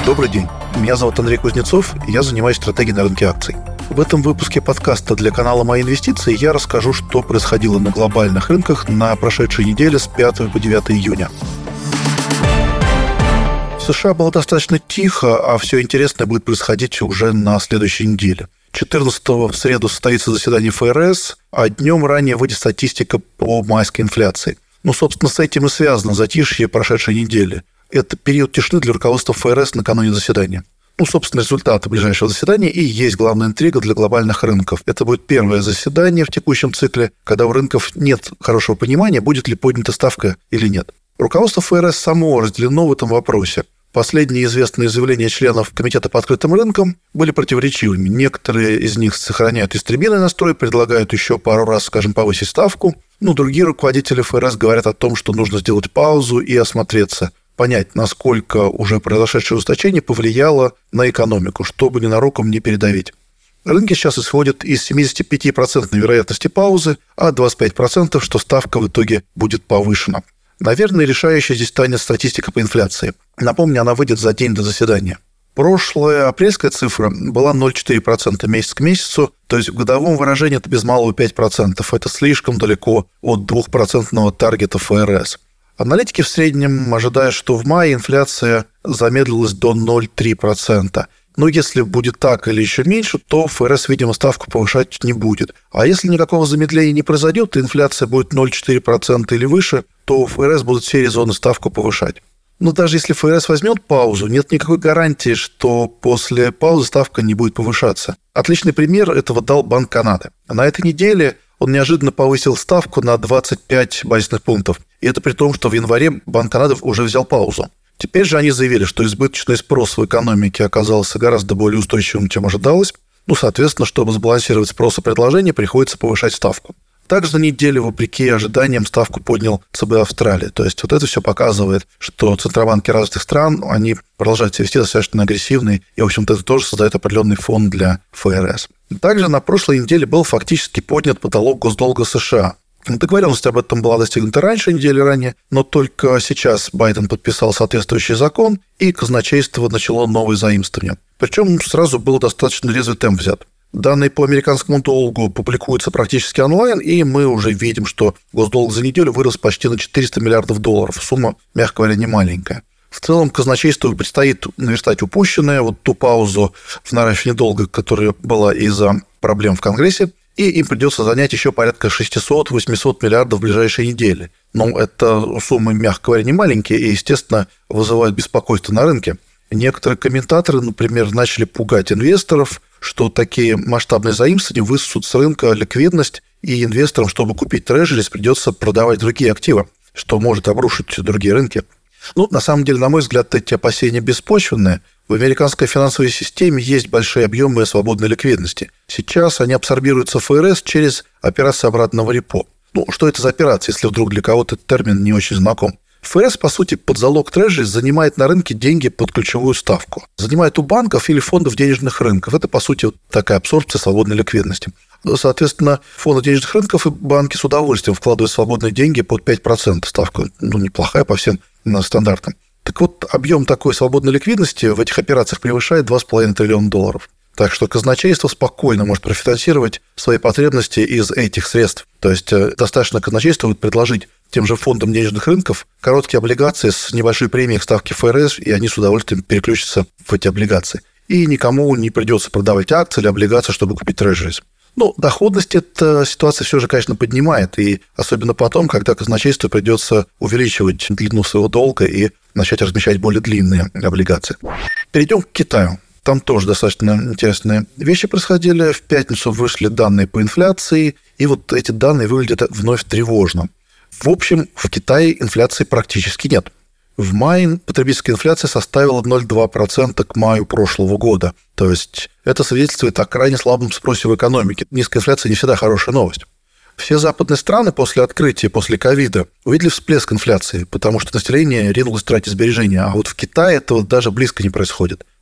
Добрый день. Меня зовут Андрей Кузнецов, и я занимаюсь стратегией на рынке акций. В этом выпуске подкаста для канала «Мои инвестиции» я расскажу, что происходило на глобальных рынках на прошедшей неделе с 5 по 9 июня. В США было достаточно тихо, а все интересное будет происходить уже на следующей неделе. 14-го в среду состоится заседание ФРС, а днем ранее выйдет статистика по майской инфляции. Собственно, с этим и связано затишье прошедшей недели. Это период тишины для руководства ФРС накануне заседания. Собственно, результаты ближайшего заседания и есть главная интрига для глобальных рынков. Это будет первое заседание в текущем цикле, когда у рынков нет хорошего понимания, будет ли поднята ставка или нет. Руководство ФРС само разделено в этом вопросе. Последние известные заявления членов Комитета по открытым рынкам были противоречивыми. Некоторые из них сохраняют истребиный настрой, предлагают еще пару раз, повысить ставку. Другие руководители ФРС говорят о том, что нужно сделать паузу и осмотреться, понять, насколько уже произошедшее ужесточение повлияло на экономику, чтобы ненароком не передавить. Рынки сейчас исходят из 75% вероятности паузы, а 25%, что ставка в итоге будет повышена. Наверное, решающей здесь станет статистика по инфляции. Напомню, она выйдет за день до заседания. Прошлая апрельская цифра была 0,4% месяц к месяцу, то есть в годовом выражении это без малого 5%. Это слишком далеко от 2% таргета ФРС. Аналитики в среднем ожидают, что в мае инфляция замедлилась до 0,3%. Но если будет так или еще меньше, то ФРС, видимо, ставку повышать не будет. А если никакого замедления не произойдет, и инфляция будет 0,4% или выше, то ФРС будут все резоны ставку повышать. Но даже если ФРС возьмет паузу, нет никакой гарантии, что после паузы ставка не будет повышаться. Отличный пример этого дал Банк Канады. На этой неделе он неожиданно повысил ставку на 25 базисных пунктов. И это при том, что в январе Банк Канады уже взял паузу. Теперь же они заявили, что избыточный спрос в экономике оказался гораздо более устойчивым, чем ожидалось. Соответственно, чтобы сбалансировать спрос и предложение, приходится повышать ставку. Также на неделе, вопреки ожиданиям, ставку поднял ЦБ Австралии. То есть это все показывает, что центробанки разных стран, они продолжают себя вести достаточно агрессивно, и, в общем-то, это тоже создает определенный фон для ФРС. Также на прошлой неделе был фактически поднят потолок госдолга США. Договоренность об этом была достигнута раньше, недели ранее, но только сейчас Байден подписал соответствующий закон, и казначейство начало новые заимствования. Причем сразу был достаточно резвый темп взят. Данные по американскому долгу публикуются практически онлайн, и мы уже видим, что госдолг за неделю вырос почти на 400 миллиардов долларов. Сумма, мягко говоря, не маленькая. В целом, казначейству предстоит наверстать упущенное, ту паузу в наращивании долга, которая была из-за проблем в Конгрессе, и им придется занять еще порядка 600-800 миллиардов в ближайшие недели. Это суммы, мягко говоря, не маленькие, и, естественно, вызывают беспокойство на рынке. Некоторые комментаторы, например, начали пугать инвесторов, что такие масштабные заимствования высосут с рынка ликвидность, и инвесторам, чтобы купить трежерис, придется продавать другие активы, что может обрушить другие рынки. На самом деле, на мой взгляд, эти опасения беспочвенные. В американской финансовой системе есть большие объемы свободной ликвидности. Сейчас они абсорбируются ФРС через операции обратного репо. Что это за операция, если вдруг для кого-то этот термин не очень знаком? ФРС, по сути, под залог трежерис занимает на рынке деньги под ключевую ставку. Занимает у банков или фондов денежных рынков. Это, по сути, такая абсорбция свободной ликвидности. Соответственно, фонды денежных рынков и банки с удовольствием вкладывают свободные деньги под 5%. Ставка неплохая по всем стандартам. Так вот, объем такой свободной ликвидности в этих операциях превышает $2,5 триллиона. Так что казначейство спокойно может профинансировать свои потребности из этих средств. То есть достаточно казначейству будет предложить тем же фондам денежных рынков короткие облигации с небольшой премией к ставке ФРС, и они с удовольствием переключатся в эти облигации. И никому не придется продавать акции или облигации, чтобы купить трежерис. Доходность эта ситуация все же, конечно, поднимает, и особенно потом, когда казначейству придется увеличивать длину своего долга и начать размещать более длинные облигации. Перейдем к Китаю. Там тоже достаточно интересные вещи происходили. В пятницу вышли данные по инфляции, и эти данные выглядят вновь тревожно. В общем, в Китае инфляции практически нет. В мае потребительская инфляция составила 0,2% к маю прошлого года. То есть это свидетельствует о крайне слабом спросе в экономике. Низкая инфляция не всегда хорошая новость. Все западные страны после открытия, после ковида, увидели всплеск инфляции, потому что население ринулось тратить сбережения. А в Китае этого даже близко не происходит.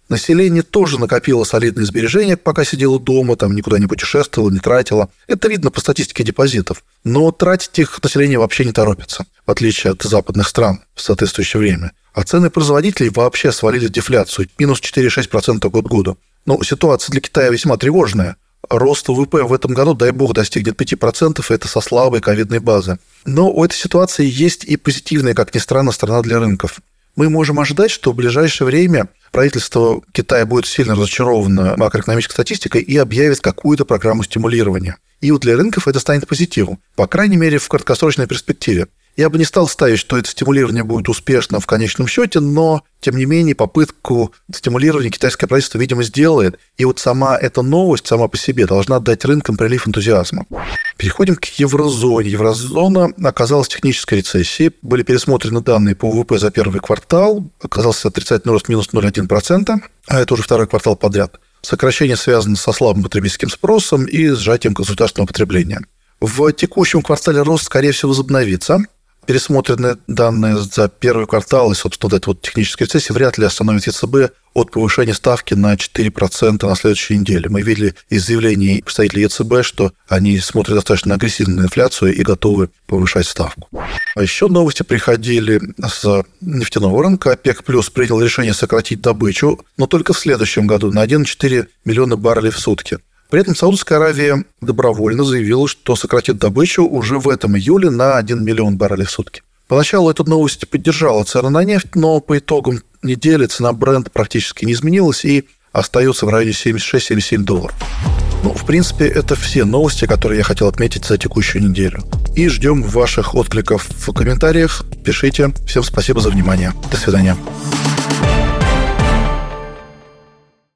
Население тоже накопило солидные сбережения, пока сидело дома, там никуда не путешествовало, не тратило. Это видно по статистике депозитов. Но тратить их население вообще не торопится, в отличие от западных стран в соответствующее время. А цены производителей вообще свалили в дефляцию, минус 4,6% год к году. Но ситуация для Китая весьма тревожная. Рост ВВП в этом году, дай бог, достигнет 5%, и это со слабой ковидной базы. Но у этой ситуации есть и позитивная, как ни странно, сторона для рынков. Мы можем ожидать, что в ближайшее время правительство Китая будет сильно разочаровано макроэкономической статистикой и объявит какую-то программу стимулирования. И вот для рынков это станет позитивом, по крайней мере, в краткосрочной перспективе. Я бы не стал ставить, что это стимулирование будет успешно в конечном счете, но, тем не менее, попытку стимулирования китайское правительство, видимо, сделает. И вот сама эта новость сама по себе должна дать рынкам прилив энтузиазма. Переходим к еврозоне. Еврозона оказалась в технической рецессии. Были пересмотрены данные по ВВП за первый квартал. Оказался отрицательный рост минус 0,1%, а это уже второй квартал подряд. Сокращение связано со слабым потребительским спросом и сжатием государственного потребления. В текущем квартале рост, скорее всего, возобновится. Пересмотренные данные за первый квартал и, собственно, вот эта вот техническая рецессия вряд ли остановит ЕЦБ от повышения ставки на 4% на следующей неделе. Мы видели из заявлений представителей ЕЦБ, что они смотрят достаточно агрессивно на инфляцию и готовы повышать ставку. А еще новости приходили с нефтяного рынка. ОПЕК+ принял решение сократить добычу, но только в следующем году на 1,4 миллиона баррелей в сутки. При этом Саудовская Аравия добровольно заявила, что сократит добычу уже в этом июле на 1 миллион баррелей в сутки. Поначалу эта новость поддержала цену на нефть, но по итогам недели цена Brent практически не изменилась и остается в районе $76-77. Ну, в принципе, это все новости, которые я хотел отметить за текущую неделю. И ждем ваших откликов в комментариях. Пишите. Всем спасибо за внимание. До свидания.